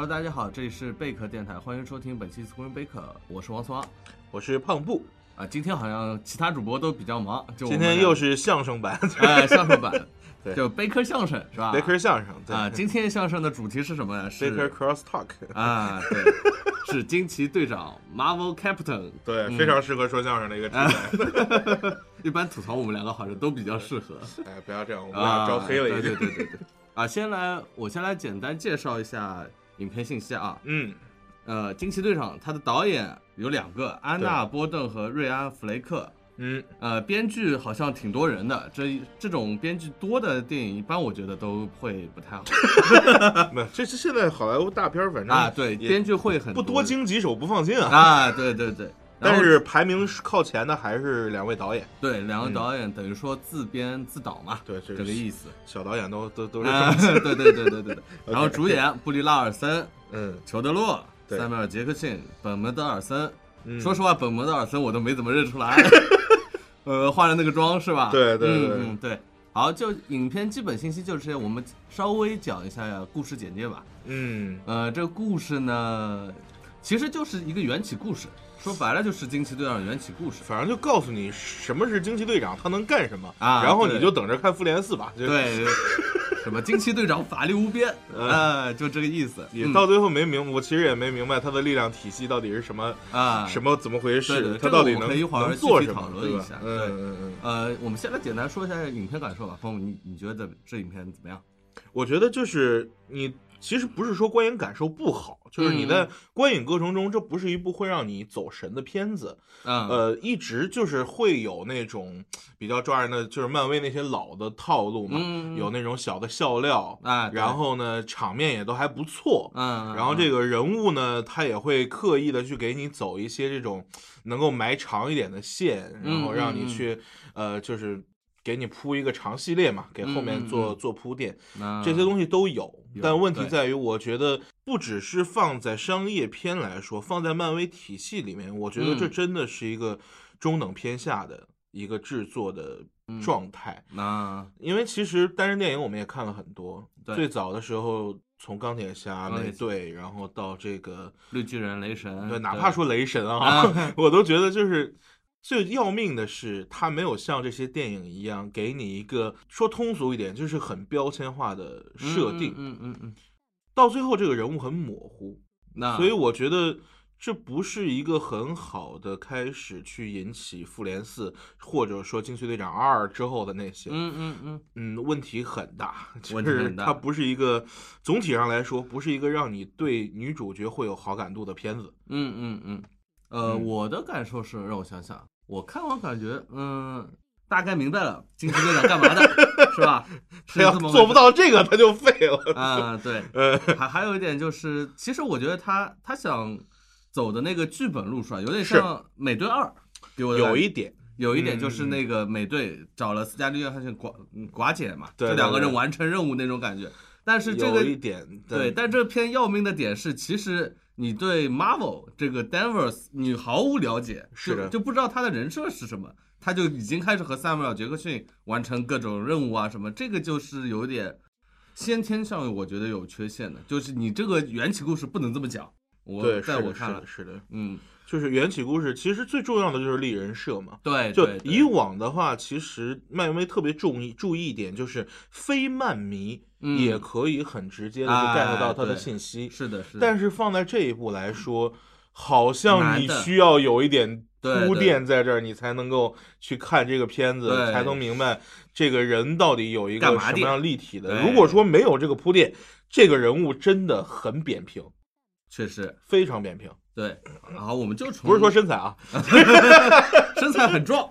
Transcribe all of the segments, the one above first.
Hello， 大家好，这里是贝壳电台，欢迎收听本期Screen Baker，我是王松王， 我是胖布啊。今天好像其他主播都比较忙，就今天又是相声版， 相声版， 对， 就贝壳相声是吧？ 贝壳相声，对啊。今天相声的主题是什么呀？是 Baker Cross Talk 啊，对，是惊奇队长 Marvel Captain， 对，非常适合说相声的一个题材。 一般吐槽我们两个好像都比较适合。 哎，不要这样，我们俩招黑了一点。对。啊，我先来简单介绍一下影片信息啊。惊奇队长他的导演有2个，安娜波顿和瑞安弗雷克。编剧好像挺多人的，这种编剧多的电影，一般我觉得都会不太好。 没有，这是现在好莱坞大片，反正啊，对，编剧会很不多经几手不放心啊。 啊，对。 但是排名靠前的还是2位导演， 对，2位导演等于说自编自导嘛， 对， 这个意思。 小导演都是对。然后主演布利拉尔森，裘德洛，塞缪尔杰克逊，本蒙德尔森。说实话，本蒙德尔森我都没怎么认出来，换了那个妆是吧？ 对。 对。好，就影片基本信息就是这些，我们稍微讲一下故事简介吧。这个故事呢，其实就是一个缘起故事。说白了就是惊奇队长缘起故事， 反正就告诉你什么是惊奇队长，他能干什么啊，然后你就等着看复联4吧。 对，什么惊奇队长法力无边，就这个意思。 你到最后没明，我其实也没明白他的力量体系到底是什么啊，什么怎么回事？ 对， 他到底能做什么？ 讨论一下。我们先来简单说一下影片感受吧。峰，你觉得这影片怎么样？ 我觉得就是你。其实不是说观影感受不好，就是你在观影过程中，这不是一部会让你走神的片子。一直就是会有那种比较抓人的，就是漫威那些老的套路嘛，有那种小的笑料啊， 然后呢场面也都还不错，然后这个人物呢，他也会刻意的去给你走一些这种能够埋长一点的线，然后让你去就是给你铺一个长系列嘛，给后面做铺垫，这些东西都有。但问题在于，我觉得不只是放在商业片来说，放在漫威体系里面，我觉得这真的是一个中等偏下的一个制作的状态。因为其实单人电影我们也看了很多，最早的时候从钢铁侠、美队，然后到这个绿巨人、雷神， 对，哪怕说雷神啊，我都觉得就是最要命的是，他没有像这些电影一样给你一个说通俗一点，就是很标签化的设定。到最后这个人物很模糊，所以我觉得这不是一个很好的开始去引起复联4或者说惊奇队长2之后的那些。问题很大，就是它不是一个总体上来说不是一个让你对女主角会有好感度的片子。 我的感受是，让我想想。我看完感觉，大概明白了惊奇队长干嘛的，是吧？ 他要做不到这个，他就废了啊！对，还有一点就是，其实我觉得他想走的那个剧本路数有点像美队2， 有一点就是那个美队找了斯嘉丽·约翰逊寡姐嘛， 对， 就2个人完成任务那种感觉。但是这个有一点对，但这片要命的点是，其实你对 Marvel 这个 Danvers 你毫无了解，就不知道他的人设是什么，他就已经开始和塞缪尔·杰克逊完成各种任务啊什么，这个就是有点先天上我觉得有缺陷的，就是你这个缘起故事不能这么讲。在我看来是的，就是缘起故事其实最重要的就是立人设嘛。 对， 就以往的话，其实漫威特别注意一点，就是非漫迷也可以很直接的去 get 到他的信息。 是的。 但是放在这一步来说，好像你需要有一点铺垫在这儿，你才能够去看这个片子，才能明白这个人到底有一个什么样立体的。如果说没有这个铺垫，这个人物真的很扁平。 确实非常扁平。 对，好，我们就从不是说身材啊， 身材很壮，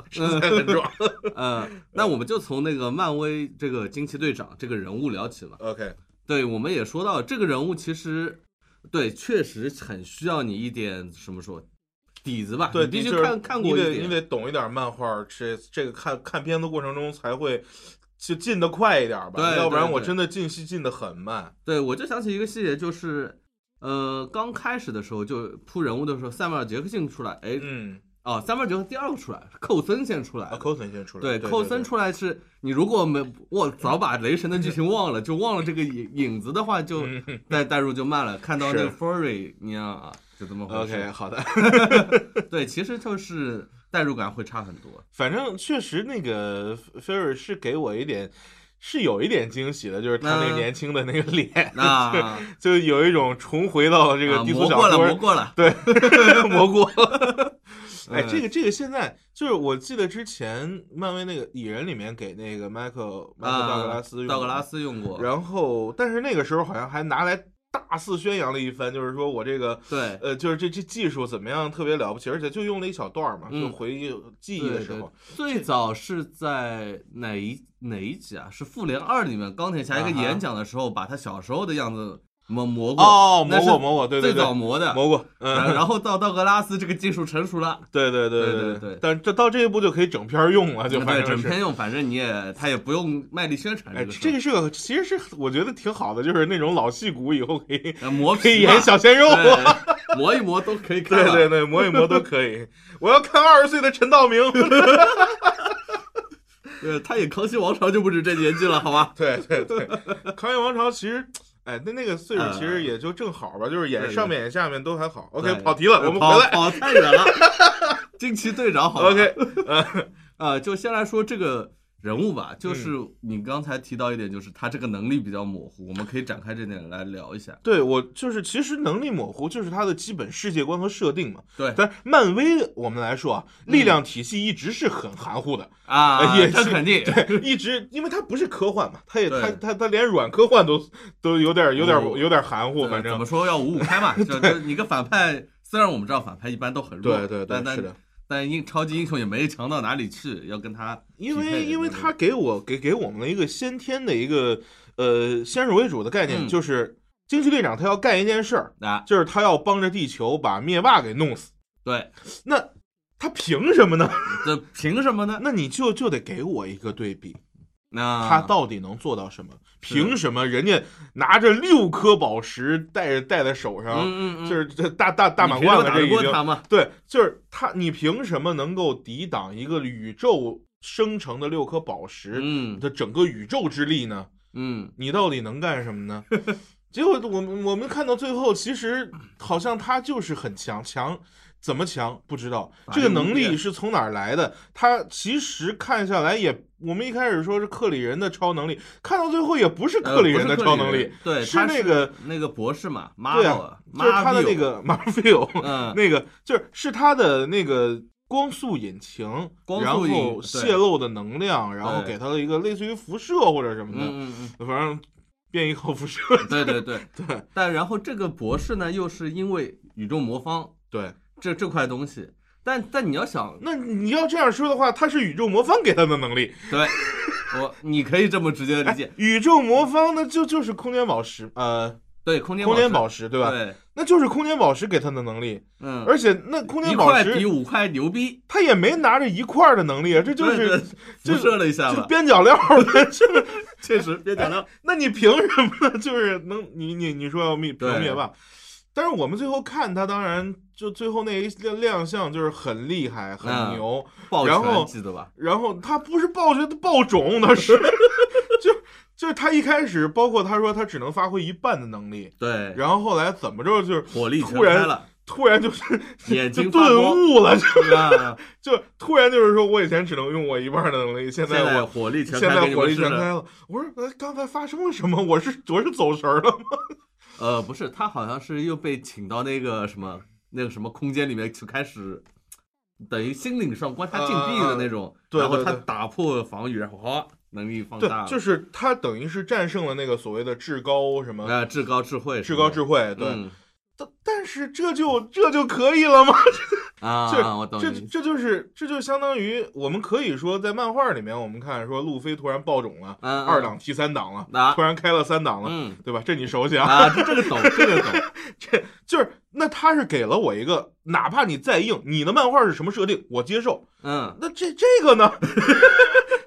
那我们就从那个漫威这个惊奇队长这个人物聊起了。 OK， 对，我们也说到这个人物其实对确实很需要你一点什么说底子吧， 对， 你必须看过一点， 你得懂一点漫画，这个看片的过程中才会就进得快一点吧， 对， 要不然我真的进戏进得很慢。 对，我就想起一个细节，就是刚开始的时候就铺人物的时候，塞缪尔·杰克逊出来， 哦，389第2个出来，寇森先出来， 寇森先出来， 对， 对寇森出来是你如果我早把雷神的剧情忘了，就忘了这个影子的话，就代入就慢了。看到那个 Fury， 你啊，就这么回事。 OK， 好的。 对，其实就是代入感会差很多。 反正确实那个 Fury 是给我是有一点惊喜的，就是他那个年轻的那个脸，就有一种重回到这个低俗小说， 磨过了， 对，磨过了。哎，这个现在就是我记得之前漫威那个蚁人里面给那个麦克道格拉斯用过，然后但是那个时候好像还拿来大肆宣扬了一番，就是说我这个对就是这技术怎么样特别了不起，而且就用了一小段嘛，就回忆记忆的时候。 最早是在哪一集啊？是复联2里面钢铁侠一个演讲的时候，把他小时候的样子磨过。 哦，磨过，对， 最早磨过。 然后到道格拉斯这个技术成熟了。 对。但这到这一步就可以整篇用了，就反正整篇用，反正他也不用卖力宣传。 这个是个其实是我觉得挺好的，就是那种老戏骨以后可以可以演小鲜肉， 磨一磨都可以看。 对，磨一磨都可以。我要看20岁的陈道明。 他演康熙王朝就不止这年纪了，好吧？ 对，康熙王朝其实。哎，那个岁数其实也就正好吧，就是演上面演下面都还好。OK， 跑题了，我们回来。 跑太远了。惊奇队长好。 OK， 就先来说这个人物吧，就是你刚才提到一点，就是他这个能力比较模糊，我们可以展开这点来聊一下。 对，我就是其实能力模糊就是他的基本世界观和设定嘛。 对， 但漫威我们来说啊，力量体系一直是很含糊的啊， 也这肯定对，一直因为它不是科幻嘛，他连软科幻都有点含糊，反正怎么说要五五开嘛，就你个反派，虽然我们知道反派一般都很弱， 对，是的。 但超级英雄也没强到哪里去，要跟他因为他给我们了一个先天的一个先入为主的概念，就是惊奇队长他要干一件事儿就是他要帮着地球把灭霸给弄死。 对， 那他凭什么呢？ 凭什么呢？ 那你就得给我一个对比。他到底能做到什么？凭什么人家拿着6颗宝石戴在手上，就是这大满贯了，这已经对，就是他，你凭什么能够抵挡一个宇宙生成的6颗宝石的整个宇宙之力呢？你到底能干什么呢？结果我们看到最后，其实好像他就是很强。怎么强不知道，这个能力是从哪儿来的？他其实看下来也，我们一开始说是克里人的超能力，看到最后也不是克里人的超能力， 对， 是那个博士嘛， 对啊，就是他的那个马菲欧，那个就是他的那个光速引擎，然后泄露的能量，然后给他的一个类似于辐射或者什么的，反正变异后辐射， 对。但然后这个博士呢，又是因为宇宙魔方， 对。 这块东西，但你要想， 那你要这样说的话，他是宇宙魔方给他的能力。 对，你可以这么直接的理解。 宇宙魔方呢，就是空间宝石， 对，空间宝石，对吧？ 对， 那就是空间宝石给他的能力。而且那空间宝石 1块比5块牛逼， 他也没拿着1块的能力啊，这就是辐射了一下吧， 就边角料的， 确实边角料。 那你凭什么呢？就是你说要灭霸？但是我们最后看他，当然就最后那一亮相就是很厉害、很牛，然后记得吧？ 然后他不是暴拳，他爆种，他是就是他一开始，包括他说他只能发挥1半的能力， 对， 然后后来怎么着就是火力突然就是眼睛顿悟了，就突然就是说我以前只能用我1半的能力，现在火力全开了。我说刚才发生了什么？我是走神了吗？ 不是，他好像是又被请到那个什么空间里面去，开始等于心灵上观察禁闭的那种，然后他打破防御，然后能力放大了。 对，就是他等于是战胜了那个所谓的至高什么至高智慧， 对。但是这就可以了吗？ 我懂你。 这就相当于我们可以说在漫画里面，我们看说路飞突然爆种了，2档踢3档了，突然开了3档了，对吧？这你熟悉啊？ 这个懂。 这就是那他是给了我一个，哪怕你再硬，你的漫画是什么设定，我接受。那这个呢？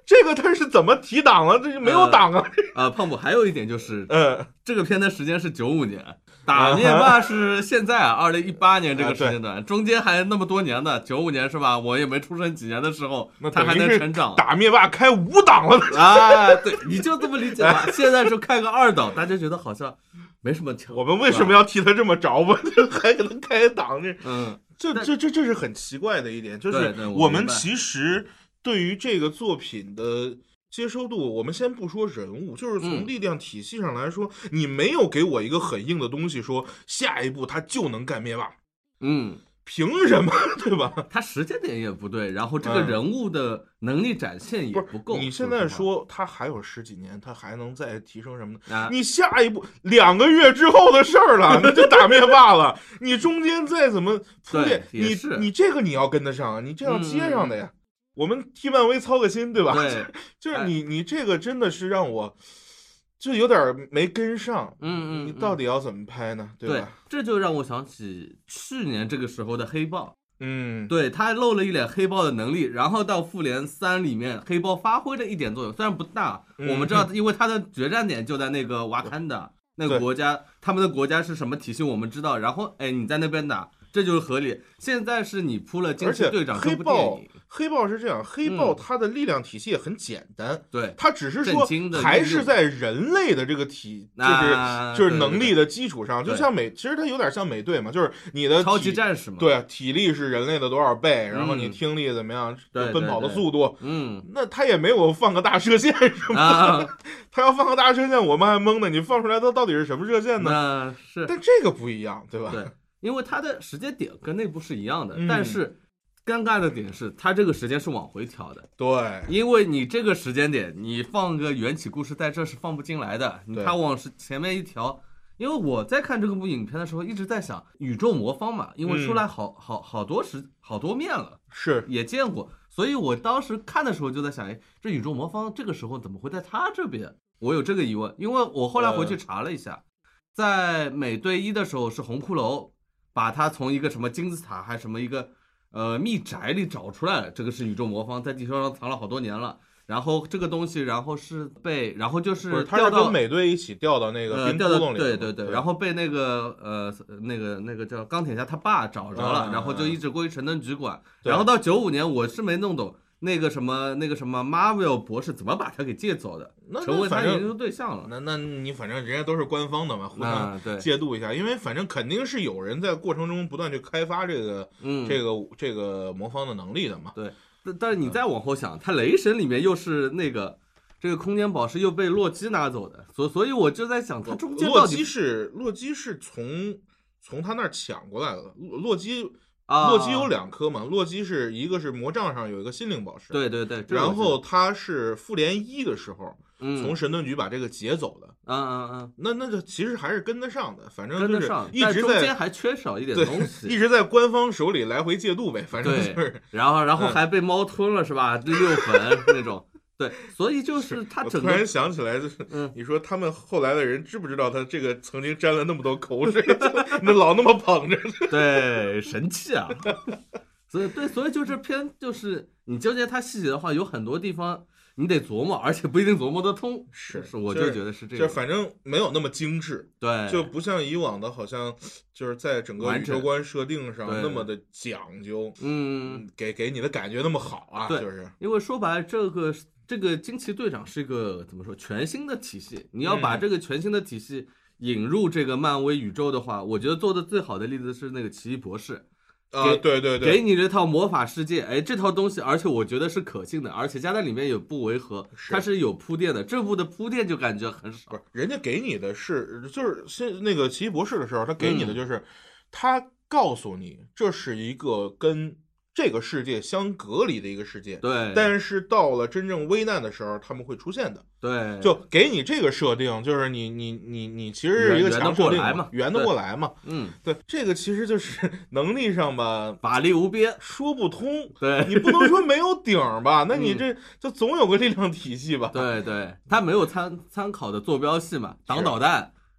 这个他是怎么提档了？这就没有档啊！ 胖虎还有一点就是，这个片的时间是95年，打灭霸是现在2018年这个时间段，中间还那么多年呢，95年是吧？我也没出生几年的时候，他还能成长。 打灭霸开5档了啊！对，你就这么理解吧。现在就开个2档，大家觉得好像没什么强。 我们为什么要替他这么着吧？还给他开档这？这是很奇怪的一点，就是我们其实对于这个作品的接受度，我们先不说人物，就是从力量体系上来说，你没有给我一个很硬的东西，说下一步他就能干灭霸，凭什么，对吧？ 他时间点也不对，然后这个人物的能力展现也不够。 你现在说他还有10几年，他还能再提升什么呢？你下一步2个月之后的事儿了，你就打灭霸了，你中间再怎么铺垫，你这个你要跟得上啊，你这样接上的呀。我们替漫威操个心，对吧？ 对， 就是你这个真的是让我就有点没跟上。你到底要怎么拍呢？对吧？ 这就让我想起去年这个时候的黑豹。对，他露了一脸黑豹的能力，然后到复联3里面，黑豹发挥了一点作用，虽然不大。我们知道，因为他的决战点就在那个瓦坎达那个国家，他们的国家是什么体系我们知道。然后，你在那边打。这就是合理。现在是你铺了惊奇队长这部电影， 黑豹是这样，黑豹它的力量体系也很简单， 对， 它只是说还是在人类的这个就是能力的基础上，就像其实它有点像美队嘛，就是你的超级战士嘛， 对，体力是人类的多少倍，然后你听力怎么样，奔跑的速度，那他也没有放个大射线什么的，他要放个大射线，我们还懵呢，你放出来它到底是什么射线呢？ 是， 但这个不一样，对吧？ 对。因为它的时间点跟那部是一样的，但是尴尬的点是它这个时间是往回调的。 对， 因为你这个时间点你放个缘起故事在这是放不进来的，它往前面一调。因为我在看这部影片的时候一直在想宇宙魔方嘛，因为出来好多面了， 是也见过，所以我当时看的时候就在想，这宇宙魔方这个时候怎么会在他这边？我有这个疑问，因为我后来回去查了一下，在美队1的时候是红骷髅。把他从一个什么金字塔还什么一个密宅里找出来了，这个是宇宙魔方，在地球上藏了好多年了。然后这个东西，然后就是他是跟美队一起掉到那个冰窟窿里， 对，然后被那个那个叫钢铁侠他爸找着了，然后就一直归神盾局管。然后到95年，我是没弄懂那个什么 Marvel 博士怎么把他给借走的，成为他研究对象了。 那你反正人家都是官方的嘛，互相借渡一下，因为反正肯定是有人在过程中不断去开发这个魔方的能力的嘛。 对，但是你再往后想，他雷神里面又是这个空间宝石又被洛基拿走的，所以我就在想，他中间到底洛基是从他那儿抢过来的，洛基有2颗嘛，洛基是一个是魔杖上有一个心灵宝石， 对， 然后他是复联1的时候，从神盾局把这个劫走的，那就其实还是跟得上的，反正就是一直在中间还缺少一点东西， 一直在官方手里来回借渡呗，反正就是， 然后还被猫吞了是吧？6粉那种。对，所以就是他整个。 我突然想起来，就是你说他们后来的人知不知道他这个曾经沾了那么多口水，那老那么捧着， 对，神气啊！所以就这片就是你纠结它细节的话，有很多地方你得琢磨，而且不一定琢磨得通。 是， 我就觉得是这样。 就反正没有那么精致， 对， 就不像以往的，好像就是在整个宇宙观设定上那么的讲究，给你的感觉那么好啊，就是因为说白了这个惊奇队长是一个怎么说全新的体系，你要把这个全新的体系引入这个漫威宇宙的话，我觉得做的最好的例子是那个奇异博士。 对， 给你这套魔法世界，这套东西，而且我觉得是可信的，而且加在里面也不违和，它是有铺垫的。这部的铺垫就感觉很少。 不是，人家给你的就是那个奇异博士的时候，他给你的就是他告诉你这是一个跟这个世界相隔离的一个世界， 对。 但是到了真正危难的时候，他们会出现的， 对。 就给你这个设定，就是你其实是一个强设定嘛，圆得过来嘛，对。这个其实就是能力上吧， 法力无边， 说不通。 对， 你不能说没有顶吧？那你这就总有个力量体系吧？ 对，他没有参考的坐标系嘛，挡导弹。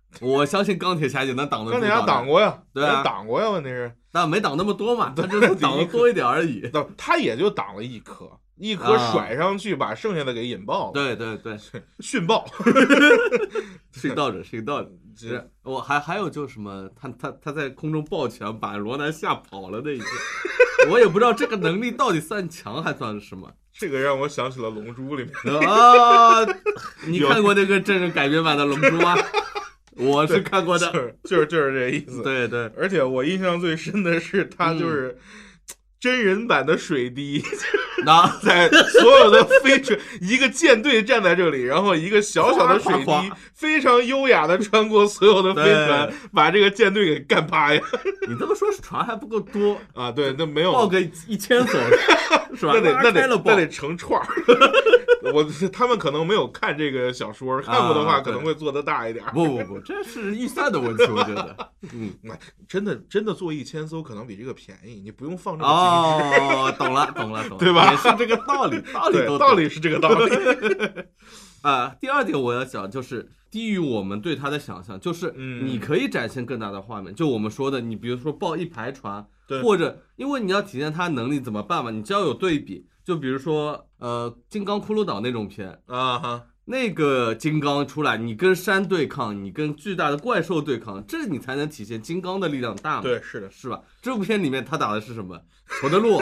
我相信钢铁侠也能挡得住。 钢铁侠挡过呀， 对啊， 挡过呀，问题是， 但没挡那么多嘛，他就是挡的多一点而已。 他也就挡了一颗甩上去，把剩下的给引爆了。 对对对， 训爆， 训道者。我还有就是什么，他在空中抱拳把罗南吓跑了那一次，我也不知道这个能力到底算强还算是什么。 这个让我想起了《龙珠》里面啊，你看过那个真人改编版的《龙珠》吗？我是看过的， 就是这意思。 对对， 而且我印象最深的是他就是真人版的水滴。在所有的飞船，一个舰队站在这里，然后一个小小的水滴非常优雅的穿过所有的飞船，把这个舰队给干趴呀！ 你这么说，船还不够多啊？对，那没有报个1000艘是吧？ 那得成串他们可能没有看这个小说，看过的话可能会做得大一点。 不，这是预算的问题，我觉得。 真的做1000艘可能比这个便宜，你不用放这么精致。 哦，懂了， 对吧？ 也是这个道理， 道理是这个道理。 第二点我要讲就是低于我们对它的想象，就是你可以展现更大的画面。就我们说的，你比如说报一排船，或者因为你要体现它能力怎么办嘛？你就要有对比。就比如说金刚骷髅岛那种片啊哈。 那个金刚出来，你跟山对抗，你跟巨大的怪兽对抗，这你才能体现金刚的力量大嘛？ 对，是的， 是吧？这部片里面他打的是什么？裘德洛。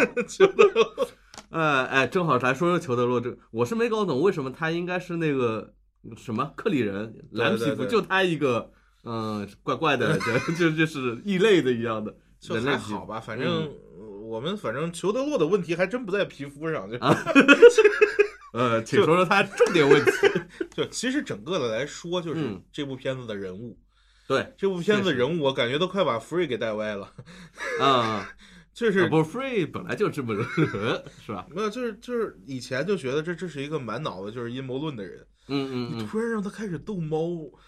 正好来说裘德洛这个，我是没搞懂为什么他应该是那个什么克里人，蓝皮肤，就他一个怪怪的，就是异类的一样的。 就还好吧，反正我们裘德洛的问题还真不在皮肤上，就。 请说说他重点问题。 就其实整个的来说，就是这部片子的人物。 对， 这部片子的人物，我感觉都快把 Free 给带歪了。 就是不 Free 本来就这么人，是吧？ 没有，就是以前就觉得这是一个满脑子就是阴谋论的人。你突然让他开始逗猫，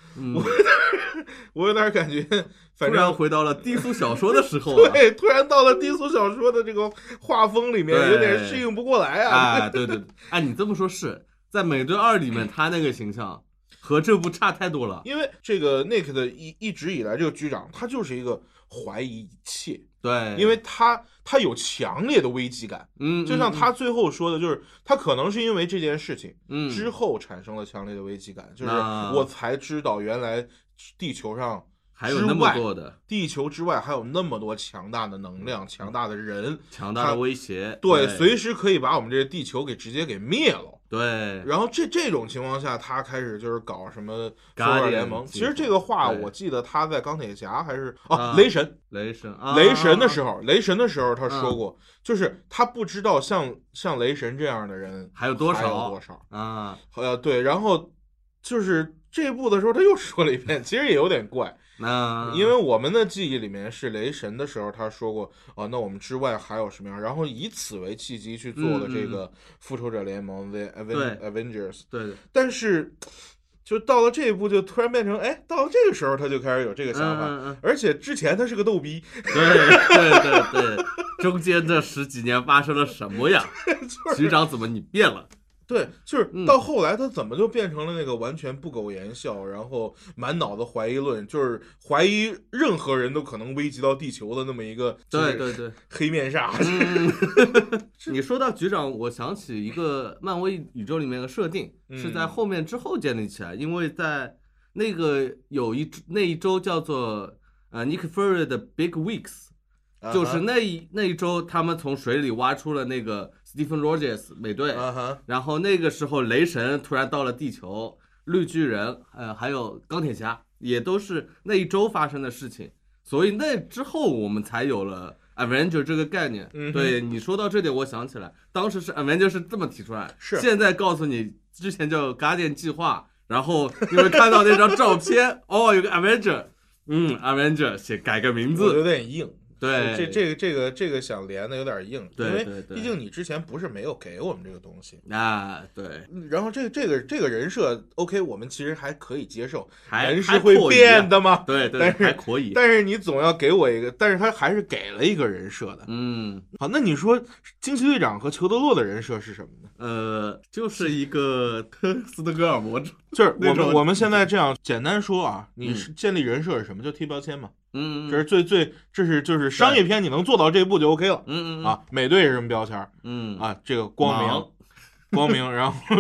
我有点感觉，反正突然回到了低俗小说的时候。 对，突然到了低俗小说的这个画风里面，有点适应不过来啊。 对，你这么说是在《美队2》里面，他那个形象和这部差太多了。 因为这个 Nick 的一直以来这个局长，他就是一个怀疑一切。 对， 因为他有强烈的危机感，就像他最后说的，就是他可能是因为这件事情，之后产生了强烈的危机感，就是我才知道原来地球上还有那么多的， 地球之外还有那么多强大的能量、强大的人、 强大的威胁， 对，随时可以把我们这个地球给直接给灭了。 对， 然后这种情况下，他开始就是搞什么复仇者联盟。其实这个话我记得他在钢铁侠还是雷神的时候他说过，就是他不知道像雷神这样的人还有多少啊。 对，然后就是这部的时候他又说了一遍，其实也有点怪。因为我们的记忆里面是雷神的时候他说过那我们之外还有什么样，然后以此为契机去做了这个复仇者联盟 The Avengers。 对， 但是就到了这一步就突然变成到了这个时候他就开始有这个想法，而且之前他是个逗逼。 对，中间这10几年发生了什么呀？局长怎么你变了？ 对，就是到后来他怎么就变成了那个完全不苟言笑，然后满脑子怀疑论，就是怀疑任何人都可能危及到地球的那么一个对黑面煞。 你说到局长，我想起一个漫威宇宙里面的设定，是在后面之后建立起来，因为在那个那一周叫做Nick Fury 的 Big Weeks，就是那一周他们从水里挖出了那个 Stephen Rogers 美队，然后那个时候雷神突然到了地球，绿巨人还有钢铁侠也都是那一周发生的事情，所以那之后我们才有了 Avenger 这个概念。对，你说到这点我想起来，当时是 Avenger 是这么提出来，现在告诉你之前叫 Guardian 计划，然后你会看到那张照片有个 Avenger，Avenger 改个名字， 有点硬。 对， 这个想连的有点硬， 对， 因为毕竟你之前不是没有给我们这个东西啊，对。 然后这个人设 OK， 我们其实还可以接受，人是会变的嘛， 对， 但是还可以， 但是你总要给我一个，但是他还是给了一个人设的，好，那你说惊奇队长和裘德洛的人设是什么呢？ 就是一个斯德哥尔摩， 就是我们现在这样简单说啊，你是建立人设是什么？就贴标签嘛。这是就是商业片你能做到这一步就 OK 了。啊，美队是什么标签？啊，这个光明，然后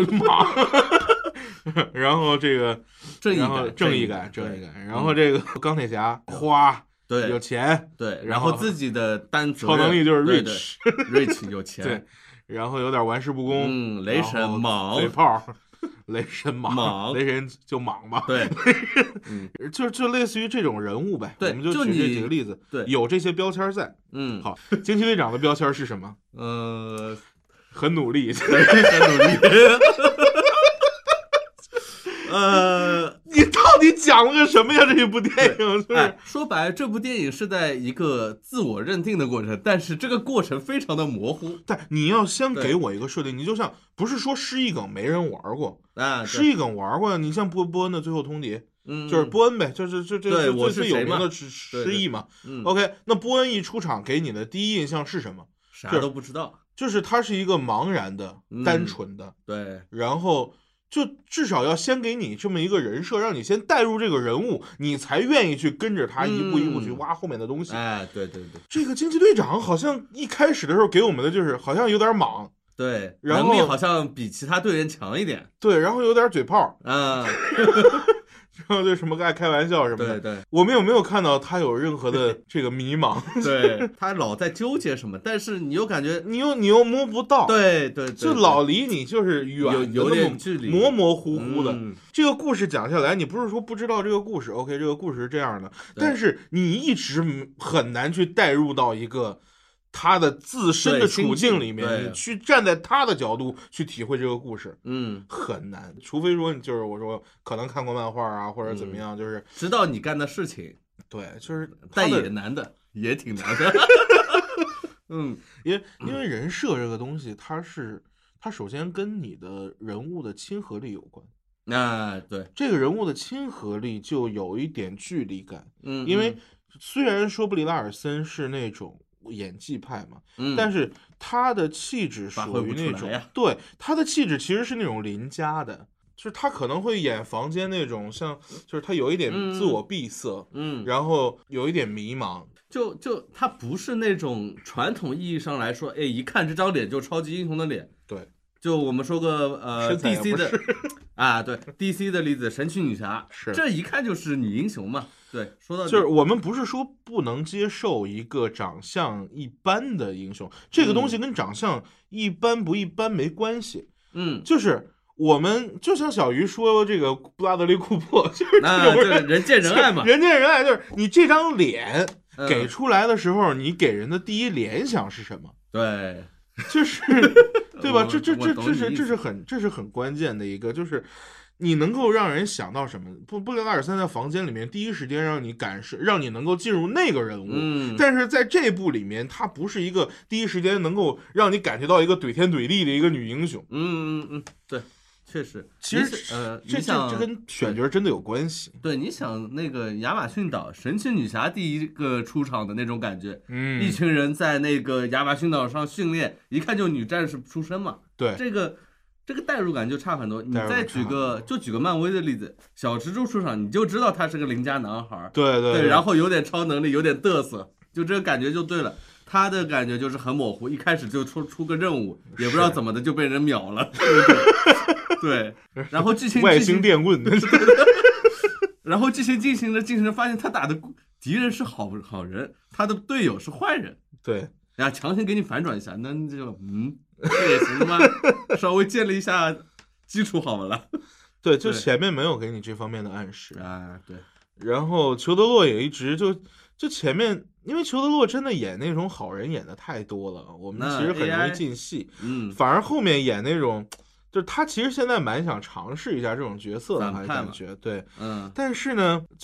然后这个正义感，然后这个钢铁侠花。对，有钱， 对，然后自己的超能力就是 rich 有钱， 对，然后有点玩世不恭， 雷神莽， 嘴炮，雷神莽，雷神就莽吧， 对， 就类似于这种人物呗， 对， 我们就举这几个例子， 对， 有这些标签在，好，惊奇队长的标签是什么？很努力，很努力。你到底讲了个什么呀？这一部电影就是说白了，这部电影是在一个自我认定的过程，但是这个过程非常的模糊。 但你要先给我一个设定，你就像不是说失忆梗没人玩过啊， 失忆梗玩过，你像波恩的最后通牒，就是波恩呗，就是最有名的失忆嘛。OK， 那波恩一出场给你的第一印象是什么？ 啥都不知道， 就是他是一个茫然的、单纯的， 对， 然后。就至少要先给你这么一个人设，让你先带入这个人物，你才愿意去跟着他一步一步去挖后面的东西。 对， 这个惊奇队长好像一开始的时候给我们的就是好像有点莽， 对， 然后能力好像比其他队员强一点， 对，然后有点嘴炮，然后就什么爱开玩笑什么的， 对， 我们有没有看到他有任何的这个迷茫？ 对，他老在纠结什么，但是你又感觉你又摸不到， 对， 就老离你就是远， 有点距离， 模模糊糊的。这个故事讲下来，你不是说不知道这个故事 ，OK， 这个故事是这样的，但是你一直很难去带入到一个他的自身的处境里面，你去站在他的角度去体会这个故事，很难。除非说就是我说可能看过漫画啊，或者怎么样，就是知道你干的事情， 对，就是但也难的，也挺难的。 因为人设这个东西，它首先跟你的人物的亲和力有关。 对， 这个人物的亲和力就有一点距离感。因为虽然说布里拉尔森是那种演技派嘛，但是他的气质属于那种，对，他的气质其实是那种邻家的，就是他可能会演房间那种，像就是他有一点自我闭塞，然后有一点迷茫， 就他不是那种传统意义上来说，一看这张脸就超级英雄的脸， 对， 就我们说个DC 的对 DC 的例子，神奇女侠， 是这一看就是女英雄嘛。对，说到就是我们不是说不能接受一个长相一般的英雄，这个东西跟长相一般不一般没关系。就是我们就像小鱼说这个布拉德利·库珀，就是这种人见人爱嘛， 人见人爱，就是你这张脸给出来的时候，你给人的第一联想是什么？ 对， 就是对吧？这是很关键的一个，就是你能够让人想到什么？布列拉尔森在房间里面第一时间让你能够进入那个人物，但是在这部里面，他不是一个第一时间能够让你感觉到一个怼天怼地的一个女英雄。 对，确实， 其实这跟选角真的有关系。 对，你想那个亚马逊岛神奇女侠第一个出场的那种感觉，一群人在那个亚马逊岛上训练，一看就女战士出身嘛。 对， 这个代入感就差很多。你再举个漫威的例子，小蜘蛛出场，你就知道他是个邻家男孩， 对， 然后有点超能力，有点嘚瑟，就这个感觉就对了。他的感觉就是很模糊，一开始就出个任务，也不知道怎么的就被人秒了。对，然后剧情外星电棍， 然后剧情进行着，发现他打的敌人是好人，他的队友是坏人。 对， 然后强行给你反转一下，那就这也行吗？稍微建立一下基础好了。 对，就前面没有给你这方面的暗示对。 然后裘德洛也一直就前面，因为裘德洛真的演那种好人演的太多了，我们其实很容易进戏。反而后面演那种，就是他其实现在蛮想尝试一下这种角色的感觉。对，但是呢，就是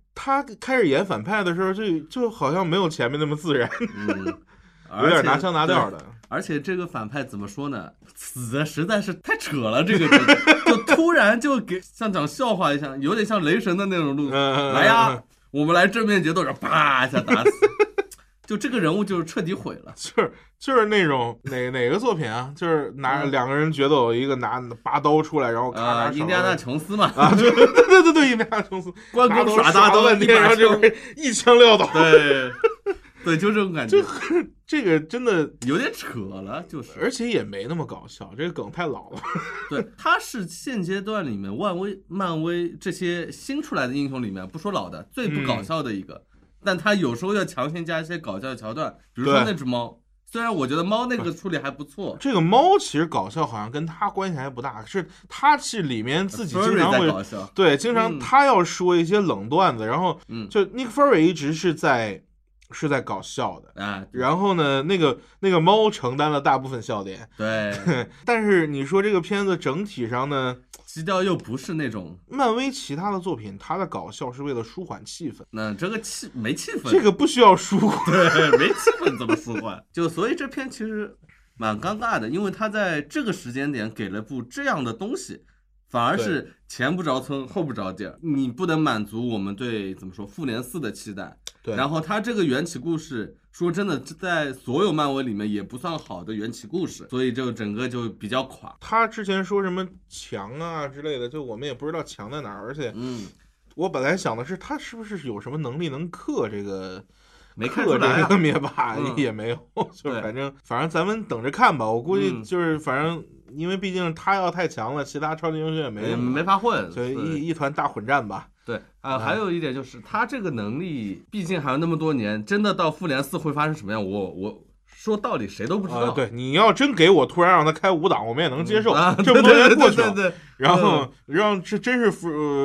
他开始演反派的时候，就好像没有前面那么自然，有点拿腔拿调的。 而且这个反派怎么说呢？死的实在是太扯了，这个就突然就给像讲笑话一样，有点像雷神的那种路子。来呀，我们来正面决斗，然后啪一下打死。就这个人物就是彻底毁了， 就是那种哪个作品啊？就是拿两个人决斗，一个拿拔刀出来，然后咔印第安纳琼斯嘛， 对，印第安纳琼斯关公耍大刀， 然后就被一枪撂倒， 对，就这种感觉。 这个真的有点扯了，就是， 而且也没那么搞笑，这个梗太老了。 对，他是现阶段里面漫威这些新出来的英雄里面，不说老的，最不搞笑的一个。但他有时候要强行加一些搞笑的桥段，比如说那只猫，虽然我觉得猫那个处理还不错。 这个猫其实搞笑好像跟他关系还不大，是他是里面自己经常会搞笑， 对，经常他要说一些冷段子，然后就 Nick Fury 一直是在搞笑的啊， 然后呢，那个猫承担了大部分笑点， 对。 但是你说这个片子整体上呢？ 基调又不是那种漫威其他的作品，它的搞笑是为了舒缓气氛。 那这个没气氛， 这个不需要舒缓， 对，没气氛怎么舒缓？就所以这片其实蛮尴尬的，因为他在这个时间点给了部这样的东西，反而是前不着村后不着店，你不能满足我们对怎么说复联4的期待。 对， 然后他这个缘起故事，说真的，在所有漫威里面也不算好的缘起故事，所以就整个就比较垮。 他之前说什么强啊之类的，就我们也不知道强在哪儿，而且，我本来想的是他是不是有什么能力能克这个， 没看出来这个灭霸也没有，就是反正咱们等着看吧。我估计就是反正。因为毕竟他要太强了，其他超级英雄也没法混， 所以一团大混战吧。 对还有一点就是他这个能力，毕竟还有那么多年，真的到复联4会发生什么样，我说道理谁都不知道。 对，你要真给我突然让他开5档，我们也能接受。这么多年过去了，然后让这真是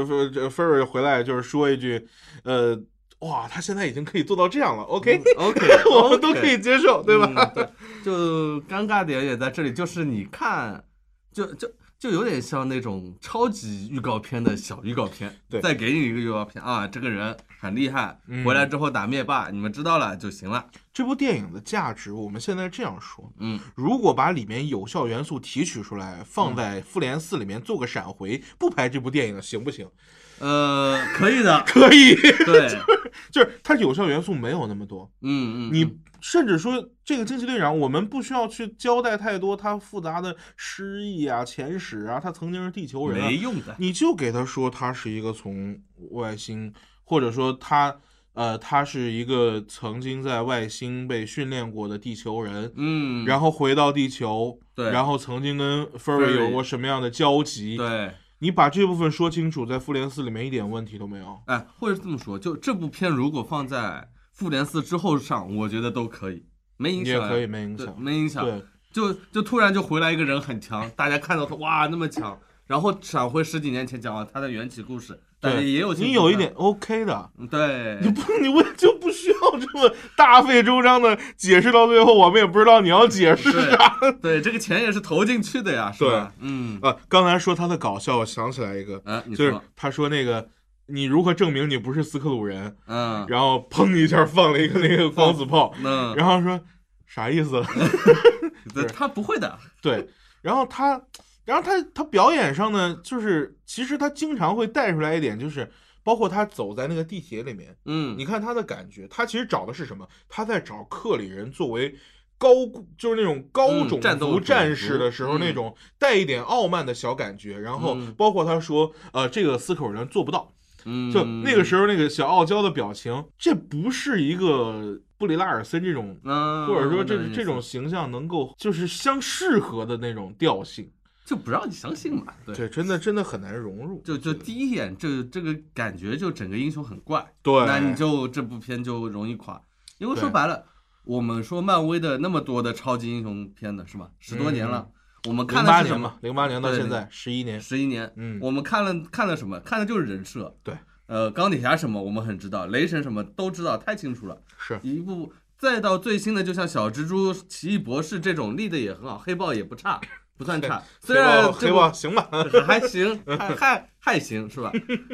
Fury 回来就是说一句，哇，他现在已经可以做到这样了 ，OK， 我们都可以接受，对吧？ 对，就尴尬点也在这里，就是你看，就有点像那种超级预告片的小预告片， 对， 再给你一个预告片啊，这个人很厉害，回来之后打灭霸，你们知道了就行了。 这部电影的价值，我们现在这样说，如果把里面有效元素提取出来，放在复联4里面做个闪回，不拍这部电影行不行？ 可以的， 可以， 对， 就是它有效元素没有那么多，你甚至说这个惊奇队长，我们不需要去交代太多他复杂的失忆啊、前史啊，他曾经是地球人， 没用的， 你就给他说他是一个从外星，或者说他是一个曾经在外星被训练过的地球人，然后回到地球， 对， 然后曾经跟 Fury 有过什么样的交集， 对。 你把这部分说清楚，在复联4里面一点问题都没有。 或者这么说，就这部片如果放在复联4之后上，我觉得都可以，没影响。 也可以，没影响， 没影响。 对， 就突然就回来一个人很强，大家看到他哇那么强，然后闪回10几年前讲了他的缘起故事，大家也有你有一点 OK 的， 对， 你就不需要这么大费周章的解释到最后，我们也不知道你要解释啥。 对，这个钱也是投进去的呀，是吧？ 刚才说他的搞笑，我想起来一个，就是他说那个你如何证明你不是斯克鲁人？然后砰一下放了一个那个光子炮，然后说啥意思？ 他不会的， 对，然后他表演上呢，就是其实他经常会带出来一点，就是包括他走在那个地铁里面，你看他的感觉，他其实找的是什么？他在找克里人作为就是那种高种族战士的时候，那种带一点傲慢的小感觉。然后包括他说，这个斯口人做不到，就那个时候那个小傲娇的表情，这不是一个布里拉尔森这种，或者说这种形象能够就是相适合的那种调性。 就不让你相信嘛， 对，真的很难融入。 就第一眼这个感觉，就整个英雄很怪， 对， 那你就这部片就容易垮。因为说白了，我们说漫威的那么多的超级英雄片的是吧？10多年了，我们看的是什么 ？08年到现在11年， 我们看了什么？看的就是人设。 对， 钢铁侠什么我们很知道，雷神什么都知道，太清楚了。 是一部，再到最新的，就像小蜘蛛、奇异博士这种立的也很好，黑豹也不差。不算差，虽然黑豹行吧， 还行，还行是吧？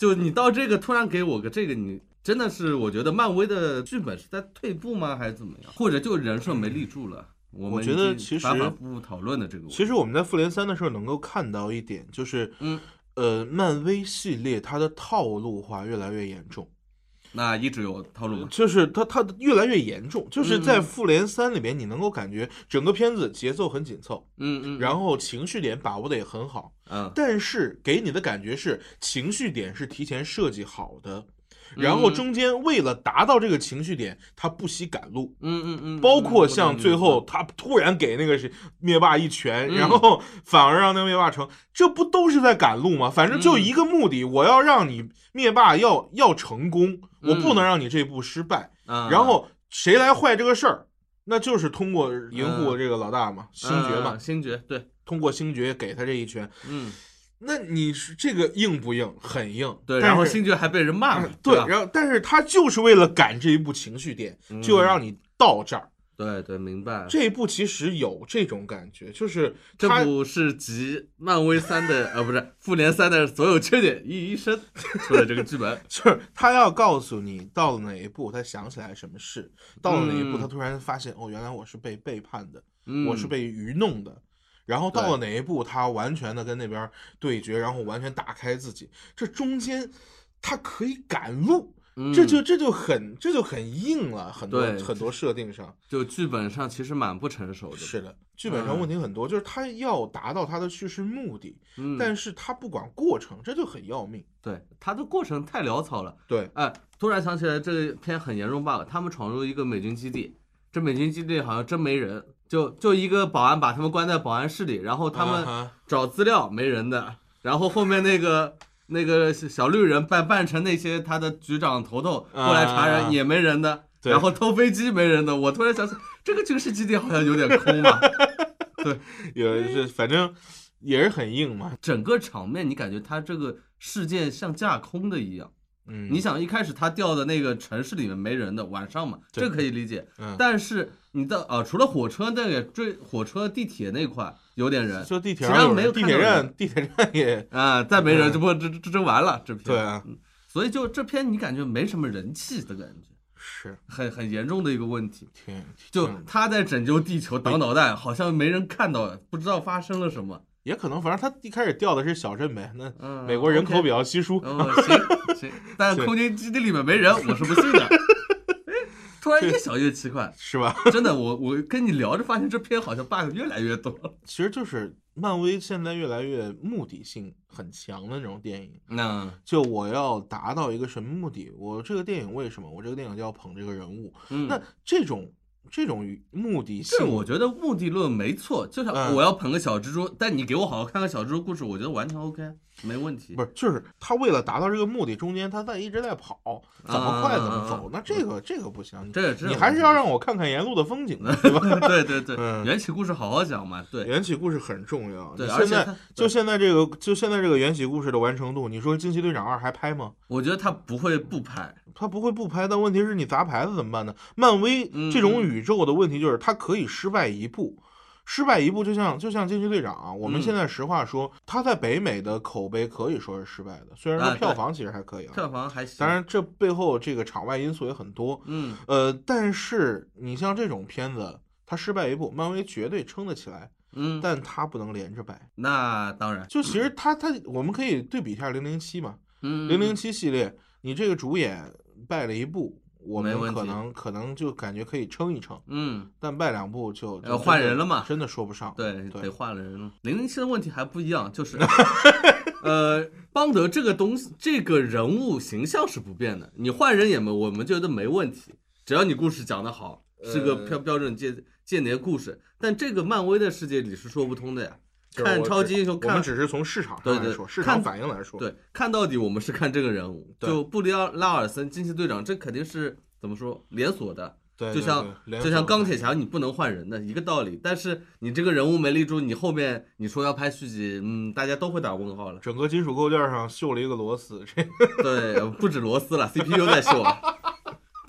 就你到这个突然给我个这个，你真的是我觉得漫威的剧本是在退步吗，还是怎么样？或者就人设没立住了？ 我觉得其实反反复复讨论的这个， 其实我们在复联3的时候能够看到一点，就是漫威系列它的套路化越来越严重。 那一直有套路吗？ 就是它越来越严重，就是在复联3里面，你能够感觉整个片子节奏很紧凑，然后情绪点把握的也很好，但是给你的感觉是情绪点是提前设计好的。然后中间为了达到这个情绪点，他不惜赶路，包括像最后他突然给那个灭霸一拳，然后反而让那个灭霸成，这不都是在赶路吗？反正就一个目的，我要让你灭霸要成功，我不能让你这步失败。然后谁来坏这个事儿，那就是通过银护这个老大嘛，星爵嘛， 星爵对， 通过星爵给他这一拳，那你这个硬不硬？很硬。 对，然后星爵还被人骂了。 对，然后但是他就是为了赶这一步情绪点，就要让你到这儿。 对对，明白。 这一部其实有这种感觉，就是这部是集漫威3的不是复联3的所有缺点于一身出的这个剧本， 就是他要告诉你到了哪一步他想起来什么事，到了哪一步他突然发现原来我是被背叛的，我是被愚弄的。然后到了哪一步，他完全的跟那边对决，然后完全打开自己。这中间他可以赶路，这就很硬了，很多设定上， 就剧本上其实蛮不成熟的。 是的，剧本上问题很多，就是他要达到他的叙事目的，但是他不管过程，这就很要命。 对，他的过程太潦草了。 对， 突然想起来这个片很严重 bug， 他们闯入一个美军基地，这美军基地好像真没人。就一个保安把他们关在保安室里，然后他们找资料没人的，然后后面那个小绿人扮成那些他的局长头过来查人也没人的，然后偷飞机没人的。我突然想起这个军事基地好像有点空嘛。对， 反正也是很硬嘛。 整个场面你感觉他这个事件像架空的一样。你想一开始他掉的那个城市里面没人的，晚上嘛，这可以理解。但是你的除了火车那个火车地铁那块有点人， 就地铁上没有地铁站也再没人，这完了这片。 对啊， 所以就这片你感觉没什么人气的感觉， 是很严重的一个问题。就他在拯救地球挡导弹，好像没人看到，不知道发生了什么。 也可能，反正他一开始调的是小镇呗。那美国人口比较稀疏， 行，但空军基地里面没人，我是不信的。突然越想越奇怪， 是吧？ 真的，我跟你聊着发现这片好像 bug 越来越多。 其实就是漫威现在越来越目的性很强的那种电影。就我要达到一个什么目的？我这个电影为什么？我这个电影就要捧这个人物。那这种目的性， 我觉得目的论没错，就像我要捧个小蜘蛛，但你给我好好看个小蜘蛛故事，我觉得完全 OK， 没问题。 不是，就是他为了达到这个目的，中间他一直在跑，怎么快怎么走，那这个不行，你还是要让我看看沿路的风景的，对吧？ 对，缘起故事好好讲嘛，对， 缘起故事很重要。 对， 现在这个缘起故事的完成度，你说惊奇队长2还拍吗？ 我觉得他不会不拍， 但问题是你砸牌子怎么办呢？漫威这种宇宙的问题就是它可以失败一步，就像惊奇队长啊，我们现在实话说，他在北美的口碑可以说是失败的，虽然说票房其实还可以票房还行， 当然这背后这个场外因素也很多，但是你像这种片子，它失败一步，漫威绝对撑得起来，但它不能连着败。 那当然， 就其实我们可以对比一下007嘛，007系列，你这个主演败了一部。我们可能就感觉可以撑一撑，但败2部就要换人了嘛， 真的说不上。 对，得换了人了。007的问题还不一样，就是邦德这个东西，这个人物形象是不变的，你换人我们觉得没问题，只要你故事讲得好，是个标准间谍故事。但这个漫威的世界里是说不通的呀。看超级英雄， 我们只是从市场上来说，市场反应来说， 对，看到底我们是看这个人物，就布里拉尔森惊奇队长，这肯定是怎么说连锁的， 对， 就像钢铁侠，你不能换人的一个道理。但是你这个人物没立住，你后面你说要拍续集，大家都会打问号了。 整个金属构件上绣了一个螺丝， 对，不止螺丝了 ，CPU 在绣了。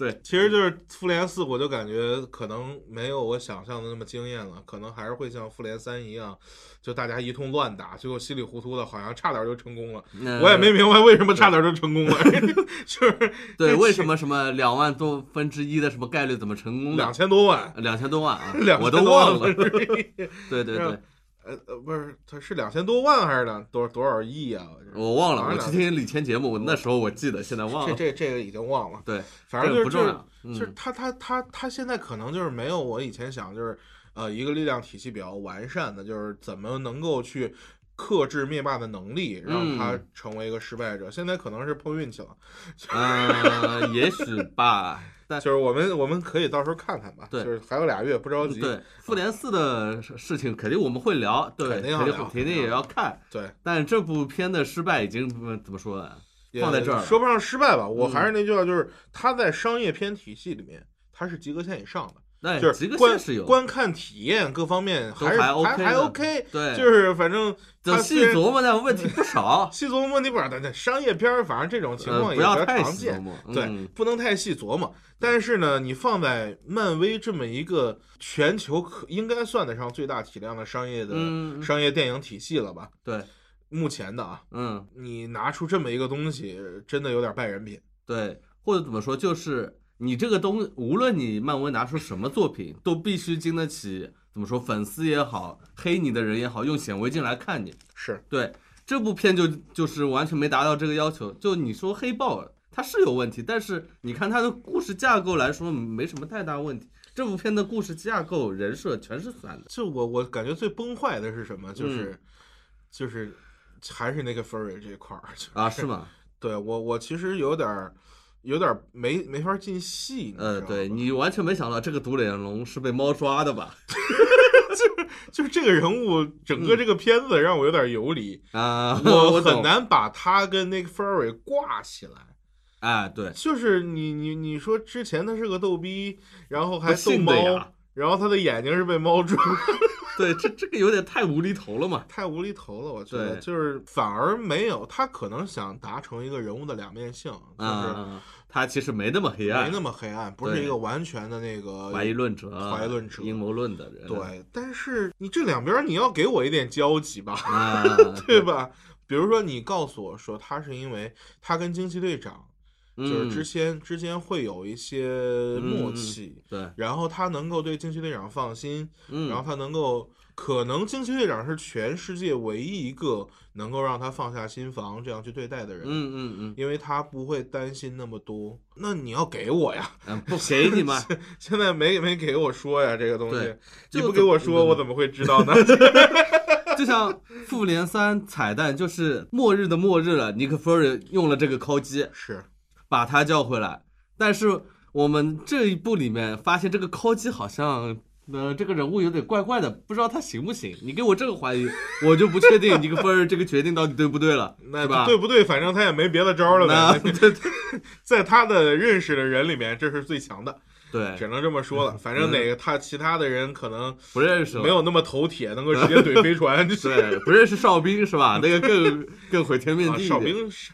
对， 其实就是复联4，我就感觉可能没有我想象的那么惊艳了，可能还是会像复联3一样，就大家一通乱打，最后稀里糊涂的，好像差点就成功了。我也没明白为什么差点就成功了，就是对，为什么什么2万多分之一的什么概率怎么成功的 ？2000多万 ，2000多万啊， 我都忘了。对对对。 不是，他是2000多万还是多少亿啊？ 我忘了，我去听以前节目，那时候我记得，现在忘了。 这个已经忘了。 对， 反正就是不重要。 就是他现在可能就是没有我以前想，就是一个力量体系比较完善的，就是怎么能够去克制灭霸的能力，让他成为一个失败者。现在可能是碰运气了。 也许吧。 就是我们可以到时候看看吧， 对， 就是还有2月，不着急。 对，复联4的事情肯定我们会聊，对，肯定也要看。 对， 但这部片的失败已经怎么说呢？放在这儿说不上失败吧，我还是那句话，就是它在商业片体系里面，它是及格线以上的。就是观看体验各方面还 OK， 对， 就是反正细琢磨的问题不少， 细琢磨问题不少。但商业片反正这种情况也比较常见，对，不能太细琢磨。但是呢，你放在漫威这么一个全球应该算得上最大体量的商业电影体系了吧？ 对， 目前的啊，你拿出这么一个东西，真的有点败人品。 对，或者怎么说，就是你这个无论你漫威拿出什么作品，都必须经得起怎么说，粉丝也好，黑你的人也好，用显微镜来看你。 是对这部片就是完全没达到这个要求。就你说黑豹它是有问题，但是你看它的故事架构来说没什么太大问题。这部片的故事架构、人设全是反的。 就我感觉最崩坏的是什么？就是还是那个 Fury 这一块啊？是吗？ 对，我其实有点没法进戏。 对，你完全没想到这个独眼龙是被猫抓的吧？ 就是这个人物，整个这个片子让我有点游离啊， 我很难把他跟那个 Fury 挂起来。 哎，对， 就是你说之前他是个逗逼，然后还逗猫，然后他的眼睛是被猫抓。 对，这个有点太无厘头了嘛， 太无厘头了，我觉得就是反而没有他可能想达成一个人物的两面性，就是他其实没那么黑暗， 不是一个完全的那个怀疑论者、阴谋论的人。 对，但是你这两边你要给我一点交集吧，对吧？比如说你告诉我说他是因为他跟惊奇队长。就是之间会有一些默契， 对， 然后他能够对惊奇队长放心，然后他能够可能惊奇队长是全世界唯一一个能够让他放下心防这样去对待的人，因为他不会担心那么多。那你要给我呀， 不给你吗？ 现在没给我说呀，这个东西你不给我说，我怎么会知道呢？ 就像复联3彩蛋，就是末日的末日了，尼克弗瑞用了这个敲击， 是。 把他叫回来，但是我们这一部里面发现这个敲击好像，这个人物有点怪怪的，不知道他行不行。你给我这个怀疑，我就不确定尼克弗瑞这个决定到底对不对了， 那吧？ 对不对？反正他也没别的招了呗。在他的认识的人里面，这是最强的。 对， 只能这么说了。反正其他的人可能不认识， 没有那么头铁，能够直接怼飞船。 对，不认识哨兵是吧？那个更毁天灭地。 哨兵是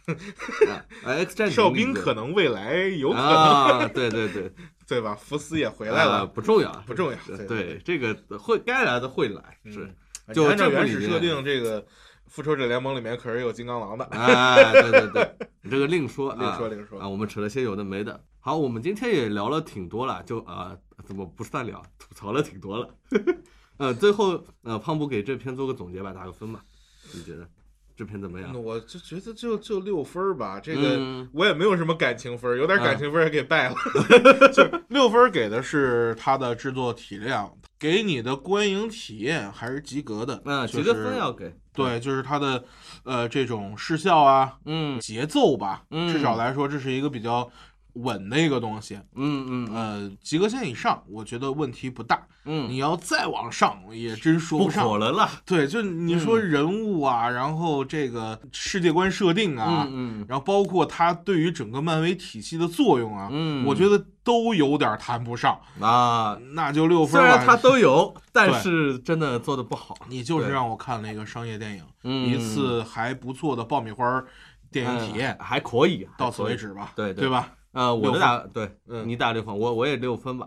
X 战警， 哨兵可能未来有可能。 对对吧？福斯也回来了， 不重要。 对， 这个该来的会来，是。 就按照原始设定，这个复仇者联盟里面可是有金刚狼的。 对，这个另说啊， 我们扯了些有的没的。好，我们今天也聊了挺多了，就怎么不算聊，吐槽了挺多了。最后胖布给这篇做个总结吧，打个分吧，你觉得这篇怎么样？ 我就觉得就6分吧，这个我也没有什么感情分，有点感情分也给败了。就6分给的是它的制作体量，给你的观影体验还是及格的。 及格分要给。 对，就是它的这种视效啊，节奏吧，至少来说这是一个比较稳的一个东西。及格线以上我觉得问题不大。你要再往上也真说不上， 不可能了。 对，就你说人物啊，然后这个世界观设定啊，然后包括它对于整个漫威体系的作用啊，我觉得都有点谈不上啊。那就6分。 虽然它都有，但是真的做的不好。 你就是让我看了一个商业电影，一次还不错的爆米花电影体验， 还可以， 到此为止吧， 对吧？ 我的对，你打6分，我也6分吧。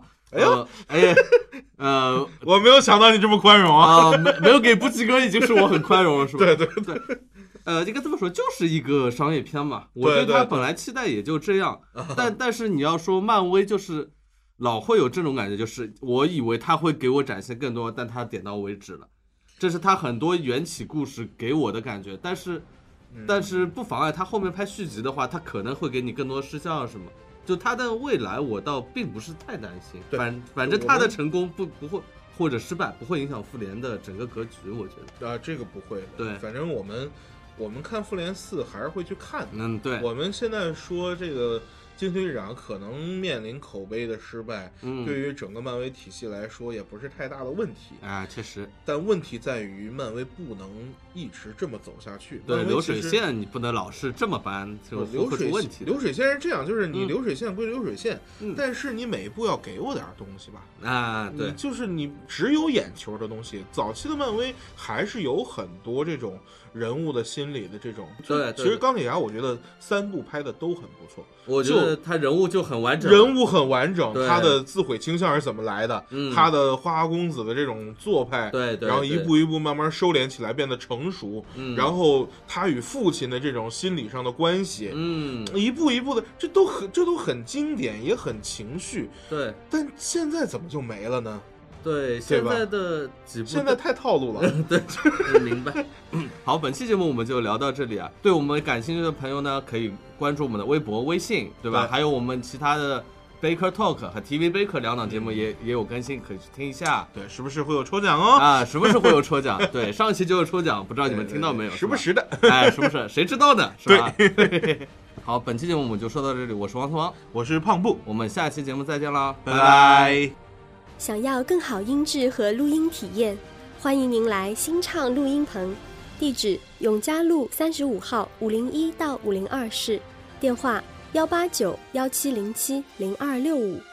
我没有想到你这么宽容啊！ 没有给不及格已经是我很宽容了，是吧？ 对。 这个这么说就是一个商业片嘛，我对它本来期待也就这样，但是你要说漫威就是老会有这种感觉，就是我以为他会给我展现更多，但他点到为止了，这是他很多缘起故事给我的感觉，但是不妨碍他后面拍续集的话，他可能会给你更多失效什么。就他的未来，我倒并不是太担心。反正他的成功不会或者失败不会影响复联的整个格局，我觉得。 这个不会。 对， 反正我们看复联4还是会去看的。 对。 我们现在说这个惊奇队长可能面临口碑的失败，对于整个漫威体系来说也不是太大的问题确实。 但问题在于漫威不能一直这么走下去。 对，流水线你不能老是这么搬，就会出问题。 流水线是这样，就是你流水线归流水线，但是你每一步要给我点东西吧。 对， 就是你只有眼球的东西。早期的漫威还是有很多这种人物的心理的这种。 对， 其实钢铁侠我觉得3部拍的都很不错。 我觉得他人物就很完整， 他的自毁倾向是怎么来的，他的花花公子的这种做派， 对， 然后一步一步慢慢收敛起来，变得成熟，然后他与父亲的这种心理上的关系，一步一步的，这都很经典，也很情绪。 对， 但现在怎么就没了呢？ 对，现在的几部现在太套路了。 对，明白。好，本期节目我们就聊到这里啊。对我们感兴趣的朋友呢，可以关注我们的微博、微信，对吧？还有我们其他的 Baker Talk 和 TV Baker 2档节目也有更新，可以去听一下。 对，时不时会有抽奖哦。 时不时会有抽奖。对，上一期就有抽奖，不知道你们听到没有？ 时不时的。 时不时，谁知道呢？是吧？对。好，本期节目我们就说到这里。我是王思王， 我是胖布， 我们下期节目再见啦， 拜拜。 想要更好音质和录音体验，欢迎您来新唱录音棚，地址永嘉路35号501到502室，电话18917070265。